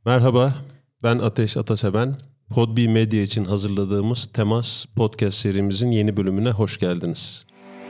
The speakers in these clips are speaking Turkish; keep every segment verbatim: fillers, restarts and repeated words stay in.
Merhaba, ben Ateş Ataseven. Podbi Medya için hazırladığımız Temas Podcast serimizin yeni bölümüne hoş geldiniz.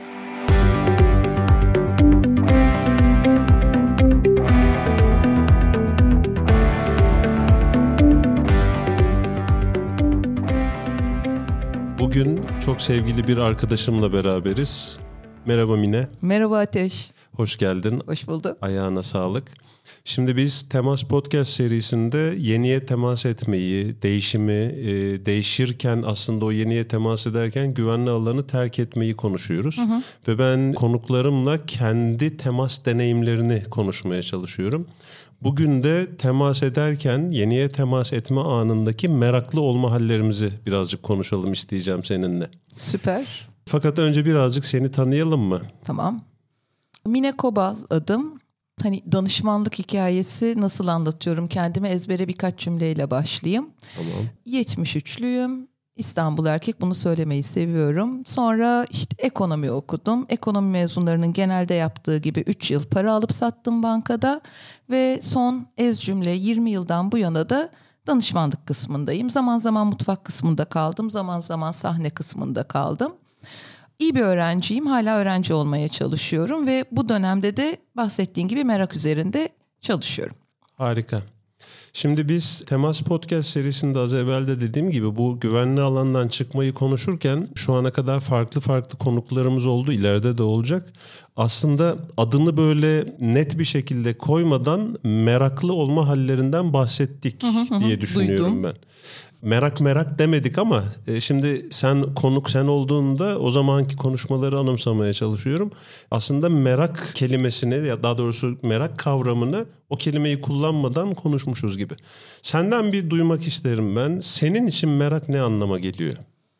Bugün çok sevgili bir arkadaşımla beraberiz. Merhaba Mine. Merhaba Ateş. Hoş geldin. Hoş bulduk. Ayağına sağlık. Şimdi biz Temas Podcast serisinde yeniye temas etmeyi, değişimi, e, değişirken aslında o yeniye temas ederken güvenli alanı terk etmeyi konuşuyoruz. Hı hı. Ve ben konuklarımla kendi temas deneyimlerini konuşmaya çalışıyorum. Bugün de temas ederken yeniye temas etme anındaki meraklı olma hallerimizi birazcık konuşalım isteyeceğim seninle. Süper. Fakat önce birazcık seni tanıyalım mı? Tamam. Mine Kobal adım. Hani danışmanlık hikayesi nasıl anlatıyorum kendime, ezbere birkaç cümleyle başlayayım. Tamam. yetmiş üçlüyüm. İstanbul erkek, bunu söylemeyi seviyorum. Sonra işte ekonomi okudum. Ekonomi mezunlarının genelde yaptığı gibi üç yıl para alıp sattım bankada. Ve son ez cümle yirmi yıldan bu yana da danışmanlık kısmındayım. Zaman zaman mutfak kısmında kaldım. Zaman zaman sahne kısmında kaldım. İyi bir öğrenciyim. Hala öğrenci olmaya çalışıyorum ve bu dönemde de bahsettiğin gibi merak üzerinde çalışıyorum. Harika. Şimdi biz Temas Podcast serisinde az evvel de dediğim gibi bu güvenli alandan çıkmayı konuşurken şu ana kadar farklı farklı konuklarımız oldu. İleride de olacak. Aslında adını böyle net bir şekilde koymadan meraklı olma hallerinden bahsettik hı hı hı. diye düşünüyorum Duydum. ben. Merak merak demedik ama e, şimdi sen konuk sen olduğunda o zamanki konuşmaları anımsamaya çalışıyorum. Aslında merak kelimesini ya daha doğrusu merak kavramını o kelimeyi kullanmadan konuşmuşuz gibi. Senden bir duymak isterim ben. Senin için merak ne anlama geliyor?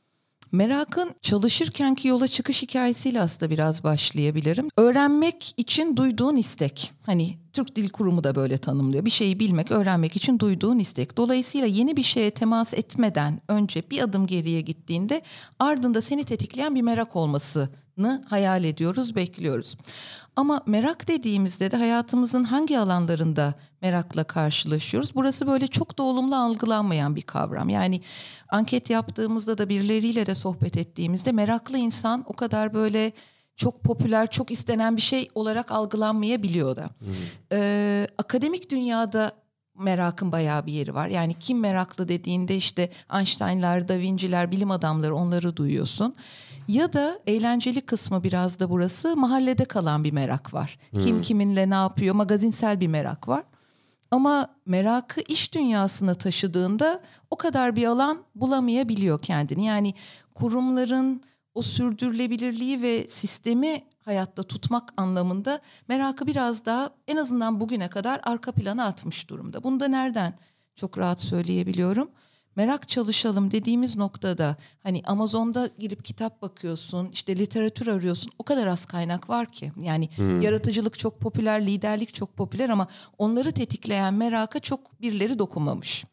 Merakın çalışırkenki yola çıkış hikayesiyle aslında biraz başlayabilirim. Öğrenmek için duyduğun istek. Hani Türk Dil Kurumu da böyle tanımlıyor. Bir şeyi bilmek, öğrenmek için duyduğun istek. Dolayısıyla yeni bir şeye temas etmeden önce bir adım geriye gittiğinde ardında seni tetikleyen bir merak olmasını hayal ediyoruz, bekliyoruz. Ama merak dediğimizde de hayatımızın hangi alanlarında merakla karşılaşıyoruz? Burası böyle çok da olumlu algılanmayan bir kavram. Yani anket yaptığımızda da birileriyle de sohbet ettiğimizde meraklı insan o kadar böyle çok popüler, çok istenen bir şey olarak algılanmayabiliyor da. Hmm. Ee, akademik dünyada merakın bayağı bir yeri var. Yani kim meraklı dediğinde işte Einstein'lar, Da Vinci'ler, bilim adamları, onları duyuyorsun. Ya da eğlenceli kısmı biraz da burası, mahallede kalan bir merak var. Hmm. Kim kiminle ne yapıyor, magazinsel bir merak var. Ama merakı iş dünyasına taşıdığında o kadar bir alan bulamayabiliyor kendini. Yani kurumların o sürdürülebilirliği ve sistemi hayatta tutmak anlamında merakı biraz daha en azından bugüne kadar arka plana atmış durumda. Bunu da nereden çok rahat söyleyebiliyorum? Merak çalışalım dediğimiz noktada hani Amazon'da girip kitap bakıyorsun, işte literatür arıyorsun, o kadar az kaynak var ki. Yani hmm. yaratıcılık çok popüler, liderlik çok popüler ama onları tetikleyen meraka çok birileri dokunmamış.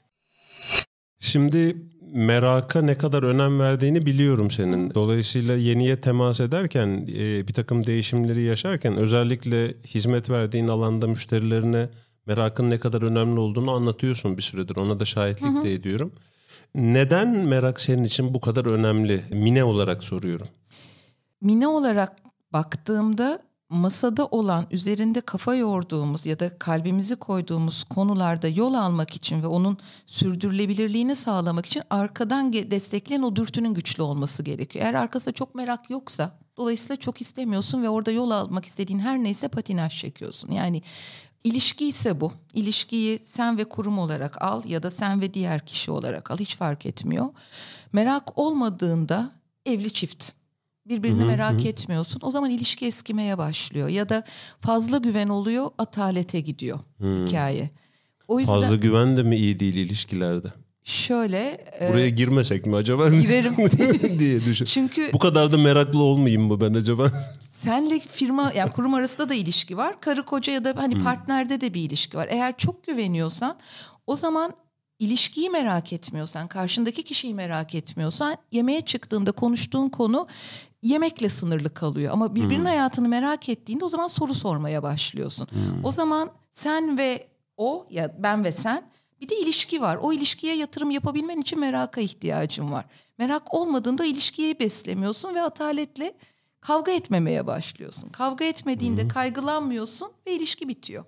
Şimdi meraka ne kadar önem verdiğini biliyorum senin. Dolayısıyla yeniye temas ederken, bir takım değişimleri yaşarken özellikle hizmet verdiğin alanda müşterilerine merakın ne kadar önemli olduğunu anlatıyorsun bir süredir. Ona da şahitlik hı hı. de ediyorum. Neden merak senin için bu kadar önemli? Mine olarak soruyorum. Mine olarak baktığımda masada olan, üzerinde kafa yorduğumuz ya da kalbimizi koyduğumuz konularda yol almak için ve onun sürdürülebilirliğini sağlamak için arkadan destekleyen o dürtünün güçlü olması gerekiyor. Eğer arkasında çok merak yoksa, dolayısıyla çok istemiyorsun ve orada yol almak istediğin her neyse patinaj çekiyorsun. Yani İlişki ise bu. İlişkiyi sen ve kurum olarak al ya da sen ve diğer kişi olarak al, hiç fark etmiyor. Merak olmadığında evli çift. Birbirini hı hı, merak hı. etmiyorsun. O zaman ilişki eskimeye başlıyor. Ya da fazla güven oluyor, atalete gidiyor hı. hikaye. O yüzden fazla güven de mi iyi değil ilişkilerde? Şöyle... Buraya e, girsek mi acaba? Girerim. diye düşün. Çünkü bu kadar da meraklı olmayayım mı ben acaba? Senle firma, yani kurum arasında da ilişki var. Karı koca ya da hani hmm. partnerde de bir ilişki var. Eğer çok güveniyorsan o zaman ilişkiyi merak etmiyorsan, karşındaki kişiyi merak etmiyorsan yemeğe çıktığında konuştuğun konu yemekle sınırlı kalıyor. Ama birbirinin hmm. hayatını merak ettiğinde o zaman soru sormaya başlıyorsun. Hmm. O zaman sen ve o ya ben ve sen Bir de ilişki var. O ilişkiye yatırım yapabilmen için meraka ihtiyacın var. Merak olmadığında ilişkiyi beslemiyorsun ve ataletle kavga etmemeye başlıyorsun. Kavga etmediğinde hmm. kaygılanmıyorsun ve ilişki bitiyor.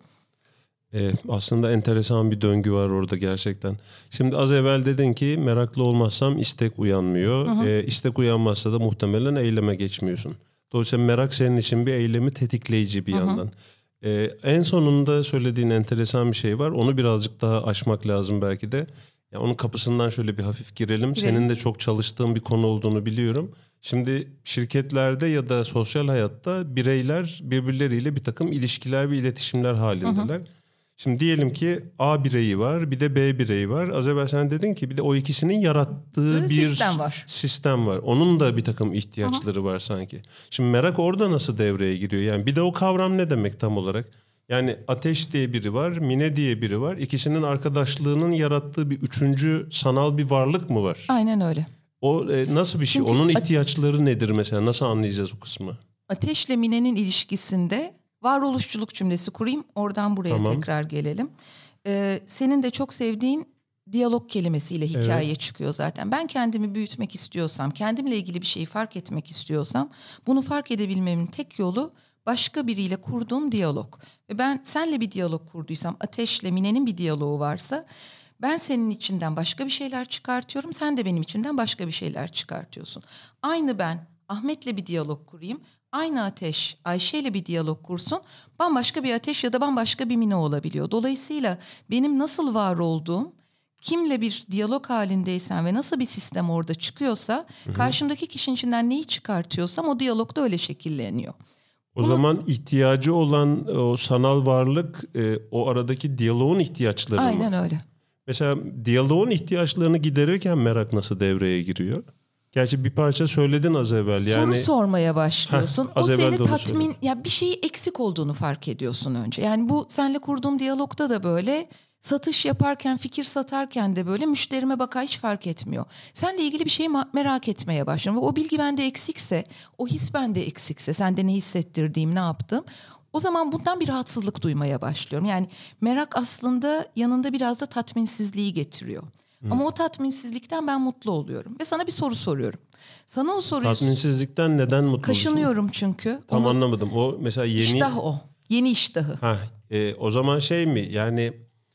Ee, aslında enteresan bir döngü var orada gerçekten. Şimdi az evvel dedin ki meraklı olmazsam istek uyanmıyor. Hı hı. Ee, istek uyanmazsa da muhtemelen eyleme geçmiyorsun. Dolayısıyla merak senin için bir eylemi tetikleyici bir hı hı. yandan. Ee, en sonunda söylediğin enteresan bir şey var. Onu birazcık daha aşmak lazım belki de. Ya onun kapısından şöyle bir hafif girelim. girelim. Senin de çok çalıştığın bir konu olduğunu biliyorum. Şimdi şirketlerde ya da sosyal hayatta bireyler birbirleriyle bir takım ilişkiler ve iletişimler halindeler. Hı hı. Şimdi diyelim ki A bireyi var, bir de B bireyi var. Az evvel sen dedin ki bir de o ikisinin yarattığı bir sistem var. sistem var. Onun da bir takım ihtiyaçları Aha. var sanki. Şimdi merak orada nasıl devreye giriyor? Yani bir de o kavram ne demek tam olarak? Yani Ateş diye biri var, Mine diye biri var. İkisinin arkadaşlığının yarattığı bir üçüncü sanal bir varlık mı var? Aynen öyle. O e, nasıl bir şey? Çünkü onun ihtiyaçları a- nedir mesela? Nasıl anlayacağız o kısmı? Ateş'le Mine'nin ilişkisinde varoluşçuluk cümlesi kurayım. Oradan buraya tamam. tekrar gelelim. Ee, senin de çok sevdiğin diyalog kelimesiyle hikaye evet. çıkıyor zaten. Ben kendimi büyütmek istiyorsam, kendimle ilgili bir şeyi fark etmek istiyorsam, bunu fark edebilmemin tek yolu başka biriyle kurduğum diyalog. Ve ben seninle bir diyalog kurduysam, Ateş'le Mine'nin bir diyaloğu varsa, ben senin içinden başka bir şeyler çıkartıyorum, sen de benim içimden başka bir şeyler çıkartıyorsun. Aynı ben Ahmet'le bir diyalog kurayım, aynı Ateş Ayşe'yle bir diyalog kursun, bambaşka bir Ateş ya da bambaşka bir Mine olabiliyor. Dolayısıyla benim nasıl var olduğum, kimle bir diyalog halindeysem ve nasıl bir sistem orada çıkıyorsa, hı hı. karşımdaki kişinin içinden neyi çıkartıyorsam o diyalogda öyle şekilleniyor. O Bunu, zaman ihtiyacı olan o sanal varlık e, o aradaki diyaloğun ihtiyaçları aynen mı? Aynen öyle. Mesela diyaloğun ihtiyaçlarını giderirken merak nasıl devreye giriyor? Gerçi bir parça söyledin az evvel. Yani soru sormaya başlıyorsun. Heh, o seni tatmin söyledim. Ya bir şeyi eksik olduğunu fark ediyorsun önce. Yani bu seninle kurduğum diyalogda da böyle, satış yaparken, fikir satarken de böyle, müşterime baka hiç fark etmiyor. Seninle ilgili bir şeyi merak etmeye başlıyorum. Ve o bilgi bende eksikse, o his bende eksikse, sende ne hissettirdiğim, ne yaptım, o zaman bundan bir rahatsızlık duymaya başlıyorum. Yani merak aslında yanında biraz da tatminsizliği getiriyor. Hmm. Ama o tatminsizlikten ben mutlu oluyorum. Ve sana bir soru soruyorum. Sana o soruyu... Tatminsizlikten neden mutlu Kaşınıyorum olursun? Çünkü. Tam Onu... anlamadım. O mesela yeni... İştah o. Yeni iştahı. Ha, e, o zaman şey mi? Yani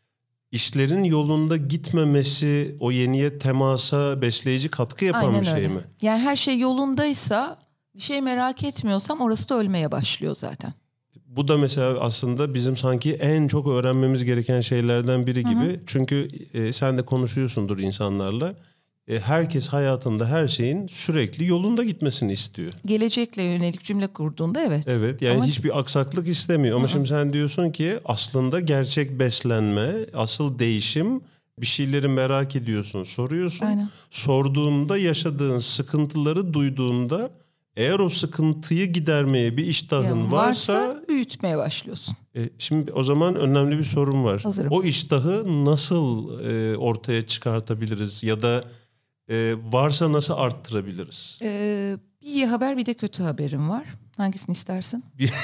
işlerin yolunda gitmemesi o yeniye temasa besleyici katkı yapan Aynen bir şey öyle. mi? Yani her şey yolundaysa, bir şey merak etmiyorsam orası da ölmeye başlıyor zaten. Bu da mesela aslında bizim sanki en çok öğrenmemiz gereken şeylerden biri gibi. Hı hı. Çünkü e, sen de konuşuyorsundur insanlarla. E, herkes hayatında her şeyin sürekli yolunda gitmesini istiyor. Gelecekle yönelik cümle kurduğunda evet. Evet, yani Ama... hiçbir aksaklık istemiyor. Ama hı hı. şimdi sen diyorsun ki aslında gerçek beslenme, asıl değişim, bir şeyleri merak ediyorsun, soruyorsun. Aynen. Sorduğunda yaşadığın sıkıntıları duyduğunda... Eğer o sıkıntıyı gidermeye bir iştahın ya varsa, varsa büyütmeye başlıyorsun. E, şimdi o zaman önemli bir sorun var. Hazırım. O iştahı nasıl e, ortaya çıkartabiliriz ya da e, varsa nasıl arttırabiliriz? Ee, bir iyi haber bir de kötü haberim var. Hangisini istersin?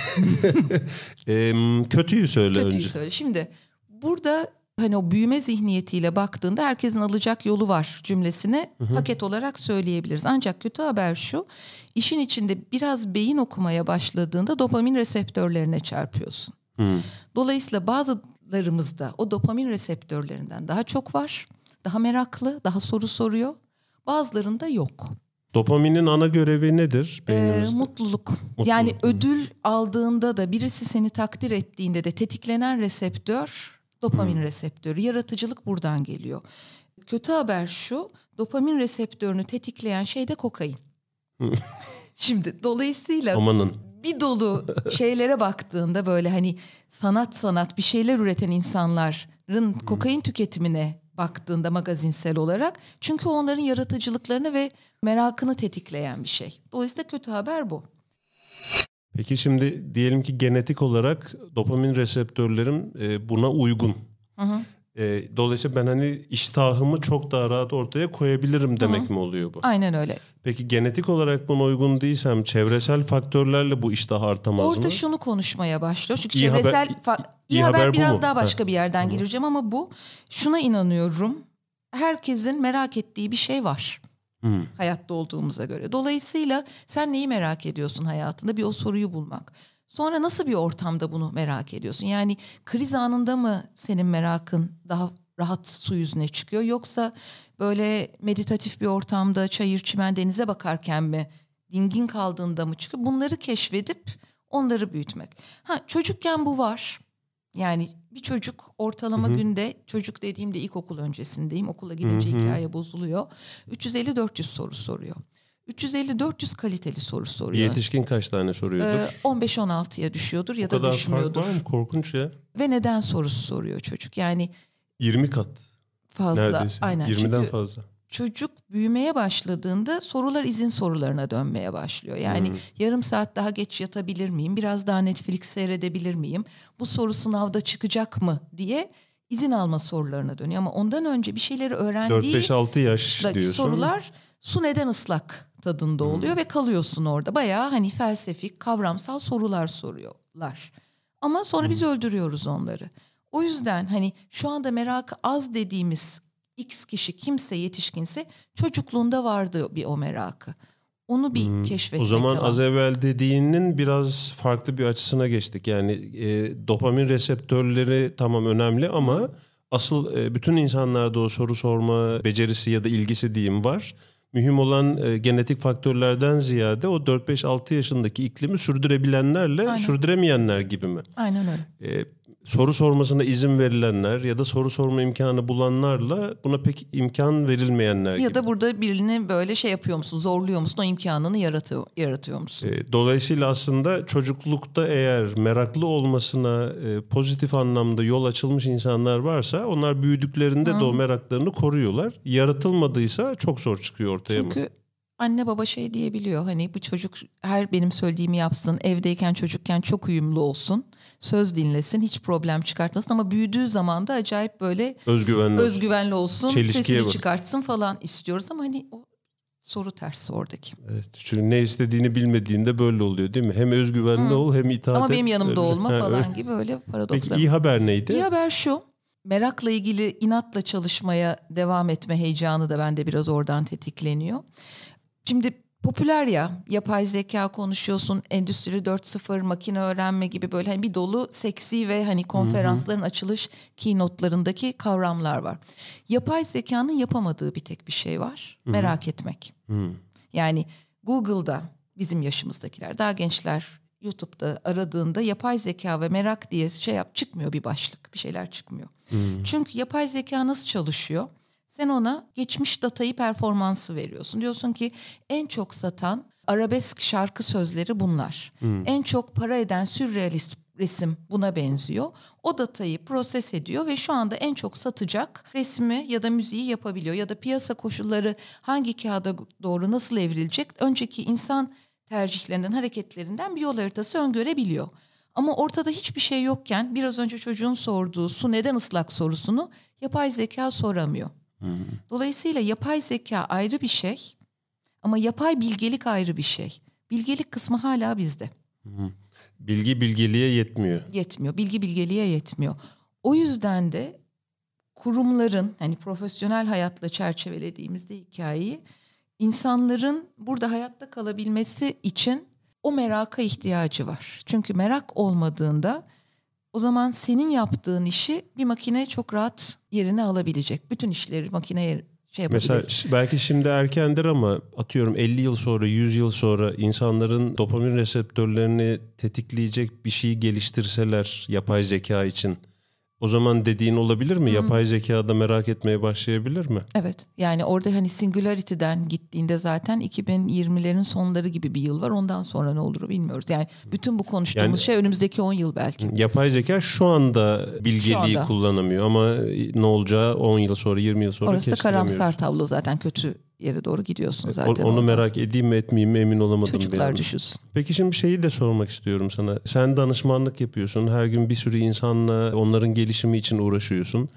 e, kötüyü söyle kötüyü önce. Kötüyü söyle. Şimdi burada hani o büyüme zihniyetiyle baktığında herkesin alacak yolu var cümlesini hı hı. paket olarak söyleyebiliriz. Ancak kötü haber şu, işin içinde biraz beyin okumaya başladığında dopamin reseptörlerine çarpıyorsun. Hı. Dolayısıyla bazılarımızda o dopamin reseptörlerinden daha çok var, daha meraklı, daha soru soruyor. Bazılarında yok. Dopaminin ana görevi nedir beynimizde? Ee, mutluluk. mutluluk. Yani ödül aldığında da, birisi seni takdir ettiğinde de tetiklenen reseptör dopamin hmm. reseptörü. Yaratıcılık buradan geliyor. Kötü haber şu, dopamin reseptörünü tetikleyen şey de kokain. Şimdi dolayısıyla Amanın. bir dolu şeylere baktığında böyle hani sanat sanat bir şeyler üreten insanların hmm. kokain tüketimine baktığında magazinsel olarak, çünkü onların yaratıcılıklarını ve merakını tetikleyen bir şey. Dolayısıyla kötü haber bu. Peki şimdi diyelim ki genetik olarak dopamin reseptörlerim buna uygun. Hı hı. E, dolayısıyla ben hani iştahımı çok daha rahat ortaya koyabilirim demek Hı. mi oluyor bu? Aynen öyle. Peki genetik olarak buna uygun değilsem çevresel faktörlerle bu iştah artamaz Orada mı? şunu konuşmaya başlıyor. Çünkü İyi çevresel haber, fa- iyi, iyi haber, haber bu biraz mu? daha başka Heh. bir yerden Tamam. gireceğim ama bu şuna inanıyorum. Herkesin merak ettiği bir şey var. Hmm. Hayatta olduğumuza göre. Dolayısıyla sen neyi merak ediyorsun hayatında? Bir o soruyu bulmak. Sonra nasıl bir ortamda bunu merak ediyorsun? Yani kriz anında mı senin merakın daha rahat su yüzüne çıkıyor? Yoksa böyle meditatif bir ortamda çayır çimen denize bakarken mi, dingin kaldığında mı çıkıyor? Bunları keşfedip onları büyütmek. Ha, çocukken bu var. Yani bir çocuk ortalama Hı hı. günde, çocuk dediğimde ilkokul öncesindeyim. Okula gidince Hı hı. hikaye bozuluyor. üç yüz elli dört yüz soru soruyor. üç yüz elli dört yüz kaliteli soru soruyor. Yetişkin kaç tane soruyordur? Ee, on beş on altıya düşüyordur ya o da kadar düşmüyordur. fark var mı? Korkunç ya. Ve neden sorusu soruyor çocuk. Yani yirmi kat. fazla. Neredeyse. Aynen. yirmiden Çünkü fazla. çocuk büyümeye başladığında sorular izin sorularına dönmeye başlıyor. Yani Hmm. yarım saat daha geç yatabilir miyim? Biraz daha Netflix seyredebilir miyim? Bu soru sınavda çıkacak mı diye izin alma sorularına dönüyor. Ama ondan önce bir şeyleri öğrendiği dört beş altı yaş diyorsun. sorular su neden ıslak tadında oluyor ve kalıyorsun orada. Bayağı hani felsefik, kavramsal sorular soruyorlar. Ama sonra biz öldürüyoruz onları. O yüzden hani şu anda merakı az dediğimiz X kişi kimse yetişkinse çocukluğunda vardı bir o merakı. Onu bir Hmm. keşfetmek O zaman lazım. az evvel dediğinin biraz farklı bir açısına geçtik. Yani e, dopamin reseptörleri tamam önemli ama Hı. asıl e, bütün insanlarda o soru sorma becerisi ya da ilgisi diyeyim var. Mühim olan e, genetik faktörlerden ziyade o dört beş altı yaşındaki iklimi sürdürebilenlerle Aynen. sürdüremeyenler gibi mi? Aynen öyle. E, soru sormasına izin verilenler ya da soru sorma imkanı bulanlarla buna pek imkan verilmeyenler gibi. Ya da burada birini böyle şey yapıyor musun, zorluyor musun, o imkanını yaratıyor, yaratıyor musun? E, dolayısıyla aslında çocuklukta eğer meraklı olmasına e, pozitif anlamda yol açılmış insanlar varsa onlar büyüdüklerinde Hı. de o meraklarını koruyorlar. Yaratılmadıysa çok zor çıkıyor ortaya mı? Çünkü anne baba şey diyebiliyor, hani bu çocuk her benim söylediğimi yapsın, evdeyken çocukken çok uyumlu olsun, söz dinlesin, hiç problem çıkartmasın ama büyüdüğü zaman da acayip böyle Özgüvenli, özgüvenli olsun, Çelişkiye sesini bak. çıkartsın falan istiyoruz ama hani o soru tersi oradaki. Evet, çünkü ne istediğini bilmediğinde böyle oluyor değil mi? Hem özgüvenli Hı. ol hem itaat Ama et. benim yanımda Öyle- olma Ha, falan öyle. gibi öyle paradokslar. Peki iyi haber neydi? İyi haber şu: merakla ilgili inatla çalışmaya devam etme heyecanı da bende biraz oradan tetikleniyor. Şimdi popüler ya, yapay zeka konuşuyorsun, endüstri dört nokta sıfır, makine öğrenme gibi böyle hani bir dolu seksi ve hani konferansların açılış keynote'larındaki kavramlar var. Yapay zekanın yapamadığı bir tek bir şey var: merak etmek. Hı. Yani Google'da bizim yaşımızdakiler, daha gençler YouTube'da aradığında yapay zeka ve merak diye şey yap, çıkmıyor bir başlık, bir şeyler çıkmıyor. Hmm. Çünkü yapay zeka nasıl çalışıyor? Sen ona geçmiş datayı, performansı veriyorsun. Diyorsun ki en çok satan arabesk şarkı sözleri bunlar. Hmm. En çok para eden sürrealist resim buna benziyor. O datayı proses ediyor ve şu anda en çok satacak resmi ya da müziği yapabiliyor. Ya da piyasa koşulları hangi kağıda doğru nasıl evrilecek, önceki insan tercihlerinden, hareketlerinden bir yol haritası öngörebiliyor. Ama ortada hiçbir şey yokken biraz önce çocuğun sorduğu su neden ıslak sorusunu yapay zeka soramıyor. Hı. Dolayısıyla yapay zeka ayrı bir şey ama yapay bilgelik ayrı bir şey. Bilgelik kısmı hala bizde. Hı. Bilgi bilgeliğe yetmiyor. Yetmiyor. Bilgi bilgeliğe yetmiyor. O yüzden de kurumların, hani profesyonel hayatla çerçevelediğimizde hikayeyi, insanların burada hayatta kalabilmesi için o meraka ihtiyacı var. Çünkü merak olmadığında o zaman senin yaptığın işi bir makine çok rahat yerine alabilecek. Bütün işleri makine şey yapabilir. Mesela belki şimdi erkendir ama atıyorum elli yıl sonra, yüz yıl sonra insanların dopamin reseptörlerini tetikleyecek bir şey geliştirseler yapay zeka için, o zaman dediğin olabilir mi? Hmm. Yapay zeka da merak etmeye başlayabilir mi? Evet. Yani orada hani Singularity'den gittiğinde zaten iki bin yirmilerin sonları gibi bir yıl var. Ondan sonra ne olur bilmiyoruz. Yani bütün bu konuştuğumuz yani, şey önümüzdeki on yıl belki. Yapay zeka şu anda bilgeliği şu anda kullanamıyor ama ne olacağı on yıl sonra, yirmi yıl sonra orası kestiremiyoruz. Orası da karamsar tablo zaten, kötü yere doğru gidiyorsun zaten. Onu orada. merak edeyim mi etmeyeyim mi emin olamadım. Çocuklar düşünsün. Peki şimdi şeyi de sormak istiyorum sana. Sen danışmanlık yapıyorsun. Her gün bir sürü insanla onların gelişimi için uğraşıyorsun.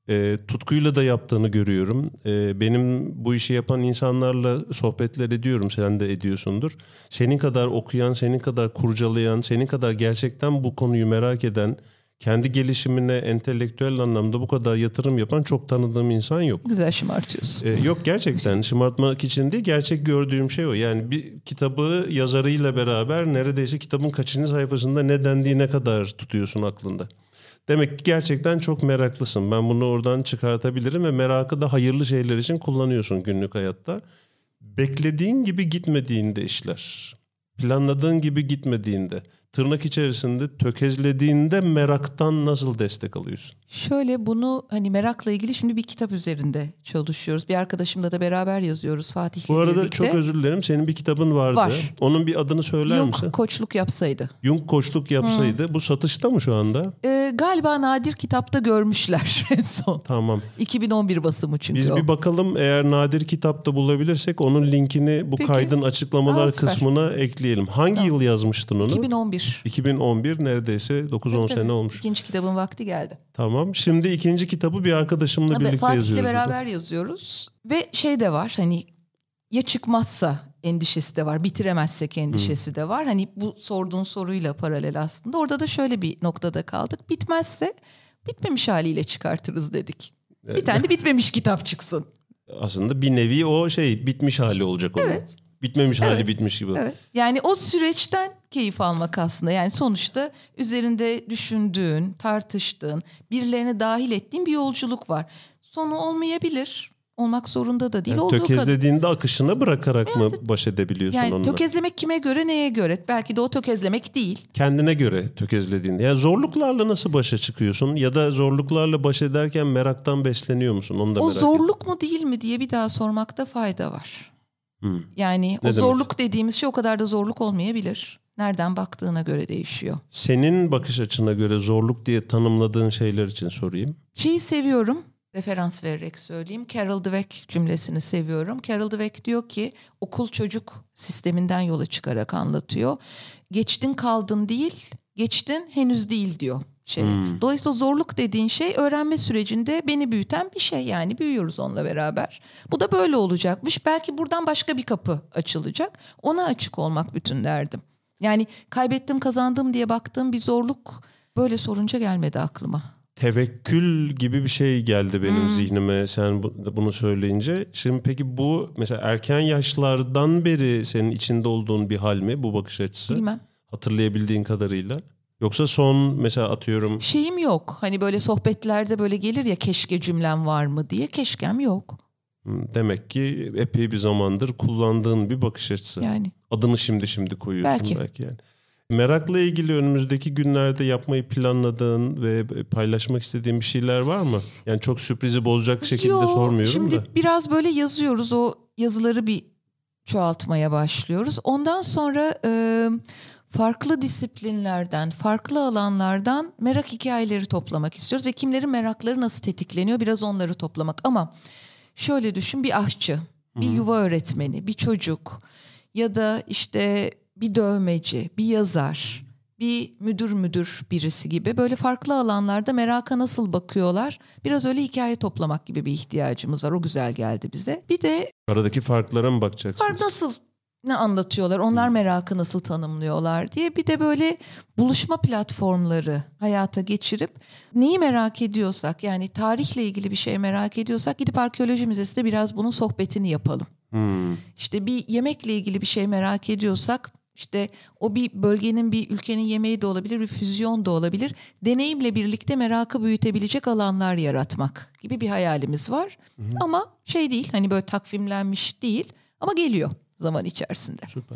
E, tutkuyla da yaptığını görüyorum. E, benim bu işi yapan insanlarla sohbetler ediyorum. Sen de ediyorsundur. Senin kadar okuyan, senin kadar kurcalayan, senin kadar gerçekten bu konuyu merak eden, kendi gelişimine entelektüel anlamda bu kadar yatırım yapan çok tanıdığım insan yok. Güzel şımartıyorsun. Ee, yok gerçekten şımartmak için değil, gerçek gördüğüm şey o. Yani bir kitabı yazarıyla beraber neredeyse kitabın kaçıncı sayfasında ne dendiğine kadar tutuyorsun aklında. Demek ki gerçekten çok meraklısın. Ben bunu oradan çıkartabilirim ve merakı da hayırlı şeyler için kullanıyorsun günlük hayatta. Beklediğin gibi gitmediğinde işler, planladığın gibi gitmediğinde, tırnak içerisinde tökezlediğinde meraktan nasıl destek alıyorsun? Şöyle, bunu hani merakla ilgili şimdi bir kitap üzerinde çalışıyoruz. Bir arkadaşımla da beraber yazıyoruz, Fatih'le birlikte. Bu arada birlikte. Çok özür dilerim, senin bir kitabın vardı. Var. Onun bir adını söyler Jung misin? Jung koçluk yapsaydı. Jung koçluk yapsaydı. Hmm. Bu satışta mı şu anda? Ee, galiba Nadir Kitap'ta görmüşler en son. Tamam. iki bin on bir basımı çünkü Biz o. bir bakalım, eğer Nadir Kitap'ta bulabilirsek onun linkini bu Peki. kaydın açıklamalar Aa, kısmına ekleyelim. Hangi tamam. yıl yazmıştın onu? iki bin on bir. iki bin on bir neredeyse dokuz on sene olmuş. İkinci kitabın vakti geldi. Tamam. Şimdi ikinci kitabı bir arkadaşımla Tabii, birlikte Fatih'le yazıyoruz. Fatih'le beraber burada. yazıyoruz. Ve şey de var, hani ya çıkmazsa endişesi de var, bitiremezsek endişesi hmm. de var. Hani bu sorduğun soruyla paralel aslında. Orada da şöyle bir noktada kaldık. Bitmezse bitmemiş haliyle çıkartırız dedik. Evet. Bir tane de bitmemiş kitap çıksın. Aslında bir nevi o şey bitmiş hali olacak onun. Evet. Bitmemiş evet. hali bitmiş gibi. Evet. Yani o süreçten keyif almak aslında. Yani sonuçta üzerinde düşündüğün, tartıştığın, birilerine dahil ettiğin bir yolculuk var. Sonu olmayabilir. Olmak zorunda da değil. Yani tökezlediğinde kadar... akışına bırakarak yani, mı baş edebiliyorsun yani onunla? Tökezlemek kime göre, neye göre? Belki de o tökezlemek değil. Kendine göre tökezlediğinde. Yani zorluklarla nasıl başa çıkıyorsun? Ya da zorluklarla baş ederken meraktan besleniyor musun? Onu da o merak zorluk ettim. mu değil mi diye bir daha sormakta fayda var. Hmm. Yani ne o demek? Zorluk dediğimiz şey o kadar da zorluk olmayabilir. Nereden baktığına göre değişiyor. Senin bakış açına göre zorluk diye tanımladığın şeyler için sorayım. Şeyi seviyorum, referans vererek söyleyeyim. Carol Dweck cümlesini seviyorum. Carol Dweck diyor ki, okul çocuk sisteminden yola çıkarak anlatıyor. Geçtin kaldın değil, geçtin henüz değil diyor. Şey. Hmm. Dolayısıyla zorluk dediğin şey öğrenme sürecinde beni büyüten bir şey, yani büyüyoruz onunla beraber. Bu da böyle olacakmış. Belki buradan başka bir kapı açılacak. Ona açık olmak bütün derdim. Yani kaybettim kazandım diye baktığım bir zorluk böyle sorunca gelmedi aklıma. Tevekkül gibi bir şey geldi benim hmm. zihnime sen bunu söyleyince. Şimdi peki bu mesela erken yaşlardan beri senin içinde olduğun bir hal mi bu bakış açısı? Bilmem. Hatırlayabildiğin kadarıyla. Yoksa son mesela atıyorum... Şeyim yok. Hani böyle sohbetlerde böyle gelir ya, keşke cümlem var mı diye. Keşkem yok. Demek ki epey bir zamandır kullandığın bir bakış açısı. Yani. Adını şimdi şimdi koyuyorsun belki. belki yani. Merakla ilgili önümüzdeki günlerde yapmayı planladığın ve paylaşmak istediğin bir şeyler var mı? Yani çok sürprizi bozacak şekilde Yo, sormuyorum şimdi da. Şimdi biraz böyle yazıyoruz. O yazıları bir çoğaltmaya başlıyoruz. Ondan sonra... E, farklı disiplinlerden, farklı alanlardan merak hikayeleri toplamak istiyoruz. Ve kimlerin merakları nasıl tetikleniyor, biraz onları toplamak. Ama şöyle düşün, bir aşçı, bir Hı-hı. yuva öğretmeni, bir çocuk ya da işte bir dövmeci, bir yazar, bir müdür müdür birisi gibi böyle farklı alanlarda meraka nasıl bakıyorlar? Biraz öyle hikaye toplamak gibi bir ihtiyacımız var. O güzel geldi bize. Bir de... Aradaki farklara mı bakacaksınız? Fark nasıl... Ne anlatıyorlar, onlar merakı nasıl tanımlıyorlar diye. Bir de böyle buluşma platformları hayata geçirip neyi merak ediyorsak, yani tarihle ilgili bir şey merak ediyorsak gidip arkeoloji müzesinde biraz bunun sohbetini yapalım. Hmm. İşte bir yemekle ilgili bir şey merak ediyorsak işte o bir bölgenin, bir ülkenin yemeği de olabilir, bir füzyon da olabilir. Deneyimle birlikte merakı büyütebilecek alanlar yaratmak gibi bir hayalimiz var. Hmm. Ama şey değil, hani böyle takvimlenmiş değil ama geliyor zaman içerisinde. Süper.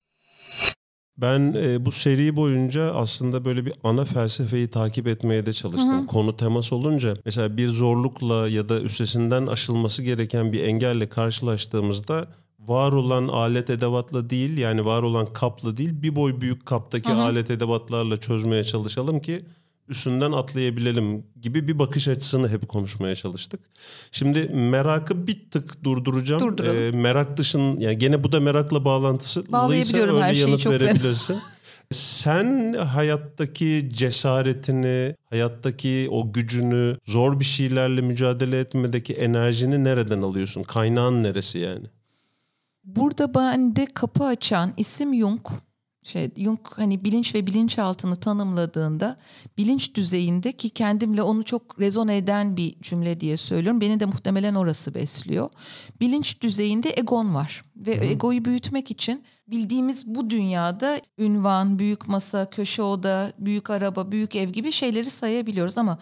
Ben e, bu seri boyunca aslında böyle bir ana felsefeyi takip etmeye de çalıştım. Hı-hı. Konu temas olunca mesela bir zorlukla ya da üstesinden aşılması gereken bir engelle karşılaştığımızda var olan alet edevatla değil, yani var olan kapla değil, bir boy büyük kaptaki Hı-hı. alet edevatlarla çözmeye çalışalım ki üstünden atlayabilelim gibi bir bakış açısını hep konuşmaya çalıştık. Şimdi merakı bir tık durduracağım. Durduralım. E, merak dışın, yani gene bu da merakla bağlantısı. Bağlayabiliyorum her şeyi, çok verebilirsin. Sen hayattaki cesaretini, hayattaki o gücünü, zor bir şeylerle mücadele etmedeki enerjini nereden alıyorsun? Kaynağın neresi yani? Burada bende kapı açan isim Jung. Şey, Jung hani bilinç ve bilinçaltını tanımladığında bilinç düzeyinde, ki kendimle onu çok rezone eden bir cümle diye söylüyorum. Beni de muhtemelen orası besliyor. Bilinç düzeyinde egon var ve Hı. egoyu büyütmek için bildiğimiz bu dünyada ünvan, büyük masa, köşe oda, büyük araba, büyük ev gibi şeyleri sayabiliyoruz ama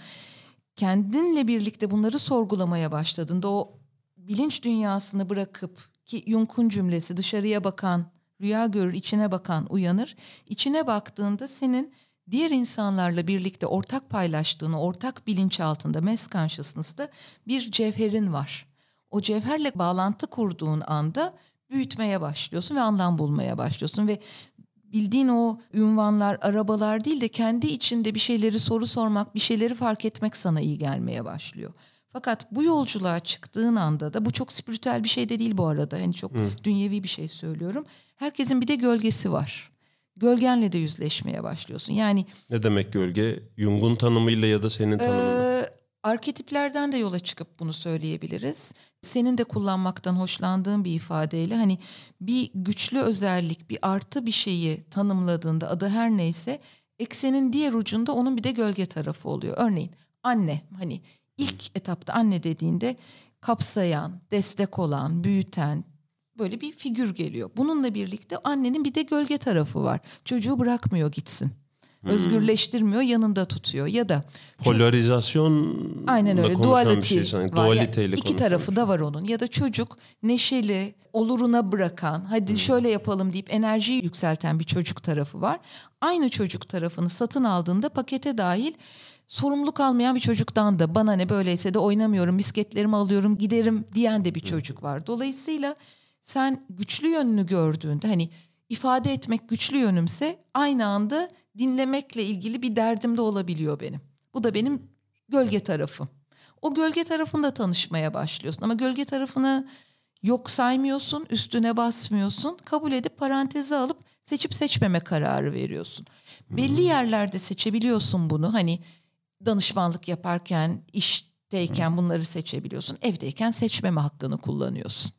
kendinle birlikte bunları sorgulamaya başladığında o bilinç dünyasını bırakıp, ki Jung'un cümlesi dışarıya bakan rüya görür, içine bakan uyanır. İçine baktığında senin diğer insanlarla birlikte ortak paylaştığını, ortak bilinç altında, mass consciousness'ta bir cevherin var. O cevherle bağlantı kurduğun anda büyütmeye başlıyorsun ve anlam bulmaya başlıyorsun ve bildiğin o ünvanlar, arabalar değil de kendi içinde bir şeyleri soru sormak, bir şeyleri fark etmek sana iyi gelmeye başlıyor. Fakat bu yolculuğa çıktığın anda da, bu çok spiritüel bir şey de değil bu arada. Yani çok hmm. dünyevi bir şey söylüyorum. Herkesin bir de gölgesi var. Gölgenle de yüzleşmeye başlıyorsun. Yani ne demek gölge? Jung'un tanımıyla ya da senin tanımıyla? E, arketiplerden de yola çıkıp bunu söyleyebiliriz. Senin de kullanmaktan hoşlandığın bir ifadeyle, hani bir güçlü özellik, bir artı bir şeyi tanımladığında, adı her neyse, eksenin diğer ucunda onun bir de gölge tarafı oluyor. Örneğin anne, hani İlk etapta anne dediğinde kapsayan, destek olan, büyüten böyle bir figür geliyor. Bununla birlikte annenin bir de gölge tarafı var. Çocuğu bırakmıyor gitsin. Hmm. Özgürleştirmiyor, yanında tutuyor ya da polarizasyon, aynen öyle, duality bir şey var. Yani iki tarafı da var onun. Ya da çocuk neşeli, oluruna bırakan, hadi hmm. şöyle yapalım deyip enerjiyi yükselten bir çocuk tarafı var. Aynı çocuk tarafını satın aldığında pakete dahil sorumluluk almayan bir çocuktan da bana ne, böyleyse de oynamıyorum, misketlerimi alıyorum giderim diyen de bir çocuk var. Dolayısıyla sen güçlü yönünü gördüğünde, hani ifade etmek güçlü yönümse, aynı anda dinlemekle ilgili bir derdim de olabiliyor benim. Bu da benim gölge tarafım. O gölge tarafında tanışmaya başlıyorsun ama gölge tarafını yok saymıyorsun, üstüne basmıyorsun, kabul edip paranteze alıp seçip seçmeme kararı veriyorsun. Belli yerlerde seçebiliyorsun bunu, hani danışmanlık yaparken, işteyken bunları seçebiliyorsun. Evdeyken seçmeme hakkını kullanıyorsun.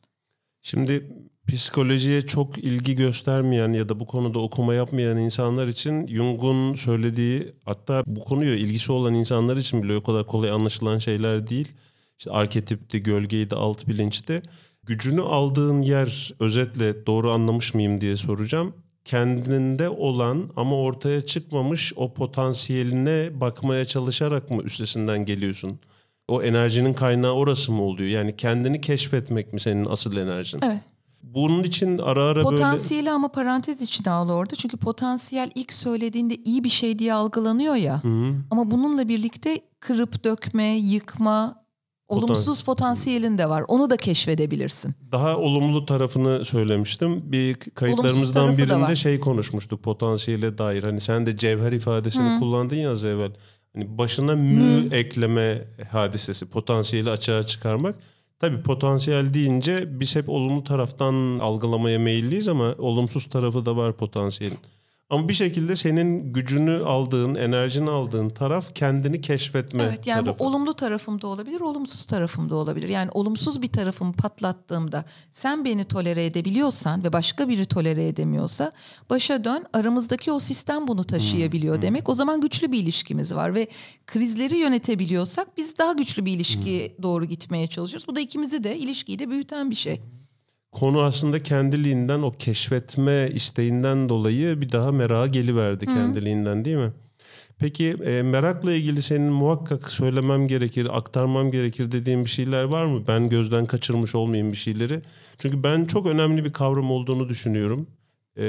Şimdi psikolojiye çok ilgi göstermeyen ya da bu konuda okuma yapmayan insanlar için Jung'un söylediği, hatta bu konuya ilgisi olan insanlar için bile o kadar kolay anlaşılan şeyler değil. İşte arketipti, gölgeydi, alt bilinçti. Gücünü aldığın yer, özetle doğru anlamış mıyım diye soracağım. Kendinde olan ama ortaya çıkmamış o potansiyeline bakmaya çalışarak mı üstesinden geliyorsun? O enerjinin kaynağı orası mı oluyor? Yani kendini keşfetmek mi senin asıl enerjin? Evet. Bunun için ara ara potansiyeli böyle... Potansiyeli ama parantez içine al orada. Çünkü potansiyel ilk söylediğinde iyi bir şey diye algılanıyor ya. Hı-hı. Ama bununla birlikte kırıp dökme, yıkma, olumsuz potansiyelin de var. Onu da keşfedebilirsin. Daha olumlu tarafını söylemiştim. Bir kayıtlarımızdan birinde şey konuşmuştuk potansiyele dair. Hani sen de cevher ifadesini Hı. kullandın ya az evvel. Hani başına mü Hı. ekleme hadisesi, potansiyeli açığa çıkarmak. Tabii potansiyel deyince biz hep olumlu taraftan algılamaya meyilliyiz ama olumsuz tarafı da var potansiyelin. Ama bir şekilde senin gücünü aldığın, enerjini aldığın taraf kendini keşfetme Evet, yani tarafı. Bu olumlu tarafım da olabilir, olumsuz tarafım da olabilir. Yani olumsuz bir tarafımı patlattığımda sen beni tolere edebiliyorsan ve başka biri tolere edemiyorsa başa dön, aramızdaki o sistem bunu taşıyabiliyor hmm. demek. O zaman güçlü bir ilişkimiz var ve krizleri yönetebiliyorsak biz daha güçlü bir ilişkiye hmm. doğru gitmeye çalışıyoruz. Bu da ikimizi de, ilişkiyi de büyüten bir şey. Konu aslında kendiliğinden, o keşfetme isteğinden dolayı bir daha merak'a geliverdi hmm. kendiliğinden, değil mi? Peki e, merakla ilgili senin muhakkak söylemem gerekir, aktarmam gerekir dediğin bir şeyler var mı? Ben gözden kaçırmış olmayayım bir şeyleri. Çünkü ben çok önemli bir kavram olduğunu düşünüyorum. E,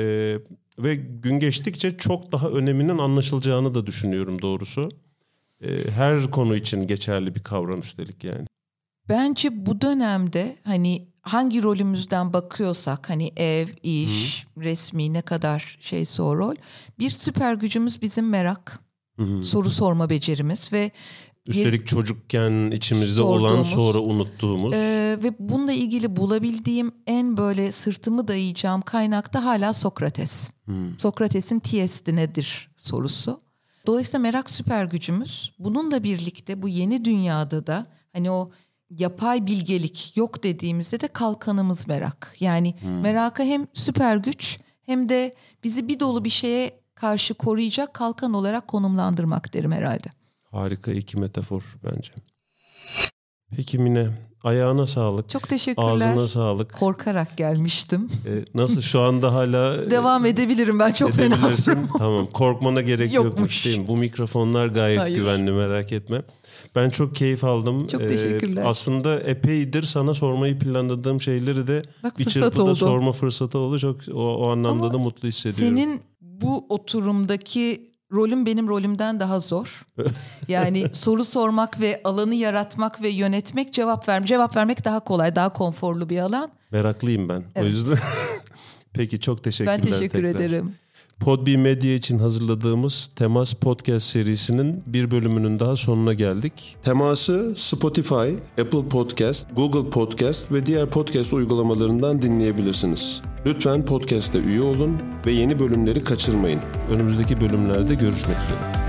ve gün geçtikçe çok daha öneminin anlaşılacağını da düşünüyorum doğrusu. E, her konu için geçerli bir kavram üstelik yani. Bence bu dönemde hani hangi rolümüzden bakıyorsak, hani ev, iş, Hı. resmi, ne kadar şeyse o rol, bir süper gücümüz bizim merak, Hı. soru sorma becerimiz ve Üstelik bir, çocukken içimizde sorduğumuz, olan sonra unuttuğumuz. E, ve bununla ilgili bulabildiğim en böyle sırtımı dayayacağım kaynak da hala Sokrates. Hmm. Sokrates'in tiesti nedir sorusu. Dolayısıyla merak süper gücümüz. Bununla birlikte bu yeni dünyada da hani o yapay bilgelik yok dediğimizde de kalkanımız merak. Yani hmm. merakı hem süper güç hem de bizi bir dolu bir şeye karşı koruyacak kalkan olarak konumlandırmak derim herhalde. Harika iki metafor bence. Peki Mine, ayağına sağlık. Çok teşekkürler. Ağzına sağlık. Korkarak gelmiştim. Ee, nasıl şu anda hala... Devam edebilirim ben çok fena. Tamam, korkmana gerek yokmuş. yokmuş değil mi? Bu mikrofonlar gayet Hayır. güvenli, merak etme. Ben çok keyif aldım. Çok teşekkürler. Ee, aslında epeydir sana sormayı planladığım şeyleri de Bak, bir çırpıda oldu. sorma fırsatı oldu. Çok o, o anlamda Ama da mutlu hissediyorum. Senin bu oturumdaki rolüm benim rolümden daha zor. Yani soru sormak ve alanı yaratmak ve yönetmek, cevap vermek. Cevap vermek daha kolay, daha konforlu bir alan. Meraklıyım ben. Evet. O yüzden. Peki çok teşekkürler. Ben teşekkür tekrar. ederim. Podbi Medya için hazırladığımız Temas Podcast serisinin bir bölümünün daha sonuna geldik. Temas'ı Spotify, Apple Podcast, Google Podcast ve diğer podcast uygulamalarından dinleyebilirsiniz. Lütfen podcast'e üye olun ve yeni bölümleri kaçırmayın. Önümüzdeki bölümlerde görüşmek üzere.